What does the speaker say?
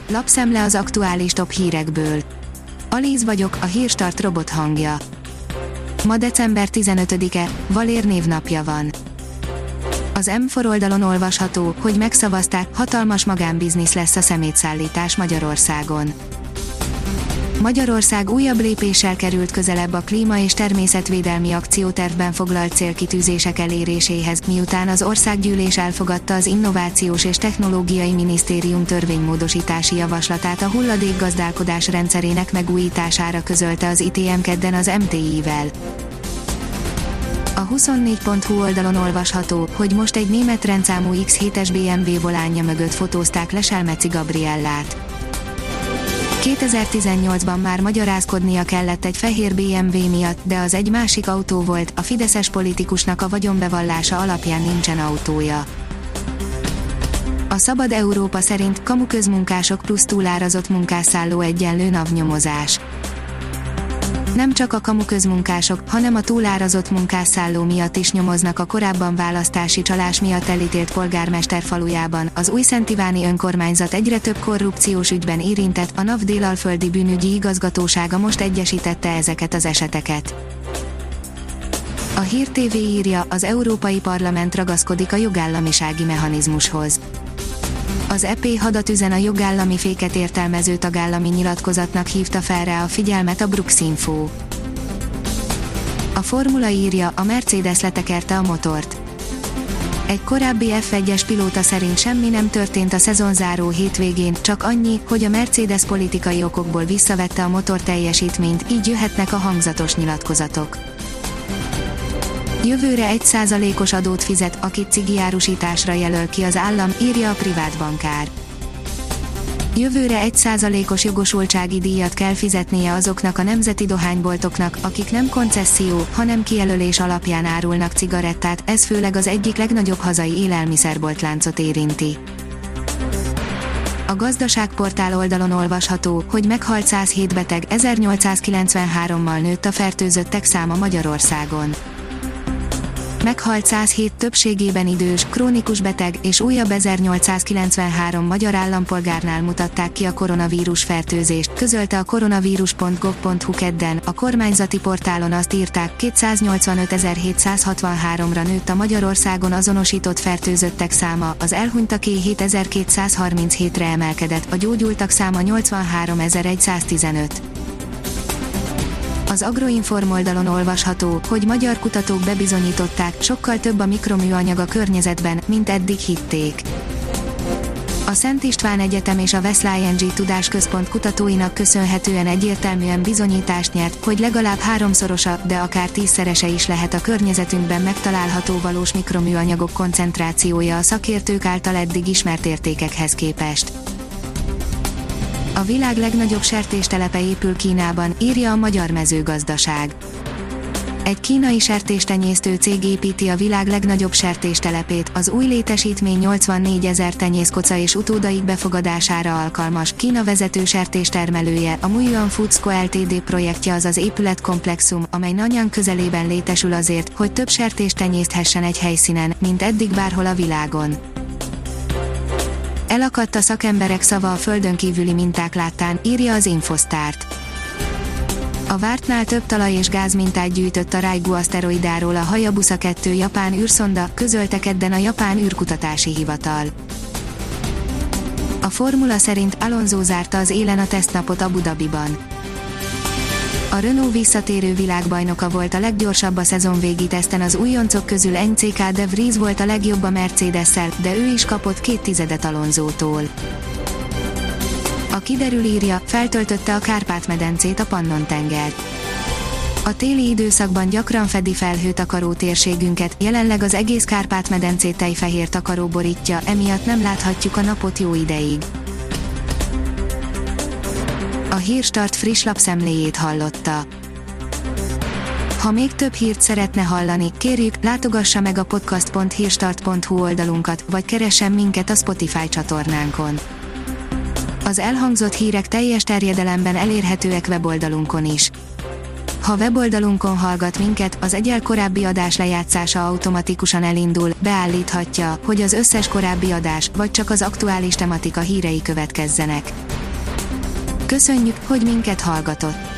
Lapszemle az aktuális top hírekből. Alíz vagyok, a Hírstart robot hangja. Ma december 15-e, Valér névnapja van. Az M4 oldalon olvasható, hogy megszavazták, hatalmas magánbiznisz lesz a szemétszállítás Magyarországon. Magyarország újabb lépéssel került közelebb a klíma- és természetvédelmi akciótervben foglalt célkitűzések eléréséhez, miután az országgyűlés elfogadta az Innovációs és Technológiai Minisztérium törvénymódosítási javaslatát a hulladékgazdálkodás rendszerének megújítására, közölte az ITM kedden az MTI-vel. A 24.hu oldalon olvasható, hogy most egy német rendszámú X7-es BMW volánja mögött fotózták le Selmeci Gabriellát. 2018-ban már magyarázkodnia kellett egy fehér BMW miatt, de az egy másik autó volt, a fideszes politikusnak a vagyonbevallása alapján nincsen autója. A Szabad Európa szerint kamuközmunkások plusz túlárazott munkásszálló egyenlő NAV-nyomozás. Nem csak a kamuközmunkások, hanem a túlárazott munkásszálló miatt is nyomoznak a korábban választási csalás miatt elítélt polgármester falujában. Az újszentiváni önkormányzat egyre több korrupciós ügyben érintett, a NAV délalföldi bűnügyi igazgatósága most egyesítette ezeket az eseteket. A Hír TV írja, az Európai Parlament ragaszkodik a jogállamisági mechanizmushoz. Az EP hadat üzen a jogállami féket értelmező tagállami nyilatkozatnak hívta fel rá a figyelmet a Brooks Info. A Formula írja, a Mercedes letekerte a motort. Egy korábbi F1-es pilóta szerint semmi nem történt a szezonzáró hétvégén, csak annyi, hogy a Mercedes politikai okokból visszavette a motor teljesítményt, így jöhetnek a hangzatos nyilatkozatok. Jövőre 1%-os adót fizet, akit cigiárusításra jelöl ki az állam, írja a privát bankár. Jövőre 1%-os jogosultsági díjat kell fizetnie azoknak a nemzeti dohányboltoknak, akik nem koncesszió, hanem kijelölés alapján árulnak cigarettát, ez főleg az egyik legnagyobb hazai élelmiszerboltláncot érinti. A Gazdaságportál oldalon olvasható, hogy meghalt 107 beteg, 1893-mal nőtt a fertőzöttek száma Magyarországon. Meghalt 107, többségében idős, krónikus beteg, és újabb 1893 magyar állampolgárnál mutatták ki a koronavírus fertőzést, közölte a koronavírus.gov.hu kedden. A kormányzati portálon azt írták, 285.763-ra nőtt a Magyarországon azonosított fertőzöttek száma, az elhunytaké 7.237-re emelkedett, a gyógyultak száma 83.115. Az Agroinform oldalon olvasható, hogy magyar kutatók bebizonyították, sokkal több a mikroműanyag a környezetben, mint eddig hitték. A Szent István Egyetem és a Veszl ING Tudásközpont kutatóinak köszönhetően egyértelműen bizonyítást nyert, hogy legalább 3-szorosa, de akár 10-szerese is lehet a környezetünkben megtalálható valós mikroműanyagok koncentrációja a szakértők által eddig ismert értékekhez képest. A világ legnagyobb sertéstelepe épül Kínában, írja a Magyar Mezőgazdaság. Egy kínai sertéstenyésztő cég építi a világ legnagyobb sertéstelepét, az új létesítmény 84 000 tenyészkoca és utódaik befogadására alkalmas. Kína vezető sertéstermelője, a Muyuan Foods Co. Ltd. Projektje az épületkomplexum, amely Nanyang közelében létesül azért, hogy több sertést tenyészthessen egy helyszínen, mint eddig bárhol a világon. Elakadt a szakemberek szava a földön kívüli minták láttán, írja az Infosztárt. A vártnál több talaj- és gázmintát gyűjtött a Ryugu aszteroidáról a Hayabusa 2 japán űrszonda, közölte kedden a Japán űrkutatási hivatal. A formula szerint Alonso zárta az élen a tesztnapot Abu Dhabiban. A Renault visszatérő világbajnoka volt a leggyorsabb a szezonvégi teszten, az újoncok közül NCK De Vries volt a legjobb a Mercedes-szel, de ő is kapott 2 tizedet Alonsótól. A Kiderül írja, feltöltötte a Kárpát-medencét a Pannon-tenger. A téli időszakban gyakran fedi felhőtakaró térségünket, jelenleg az egész Kárpát-medencét tejfehér takaró borítja, emiatt nem láthatjuk a napot jó ideig. A Hírstart friss lapszemléjét hallotta. Ha még több hírt szeretne hallani, kérjük, látogassa meg a podcast.hírstart.hu oldalunkat, vagy keressen minket a Spotify csatornánkon. Az elhangzott hírek teljes terjedelemben elérhetőek weboldalunkon is. Ha weboldalunkon hallgat minket, az egyel korábbi adás lejátszása automatikusan elindul, beállíthatja, hogy az összes korábbi adás, vagy csak az aktuális tematika hírei következzenek. Köszönjük, hogy minket hallgatott!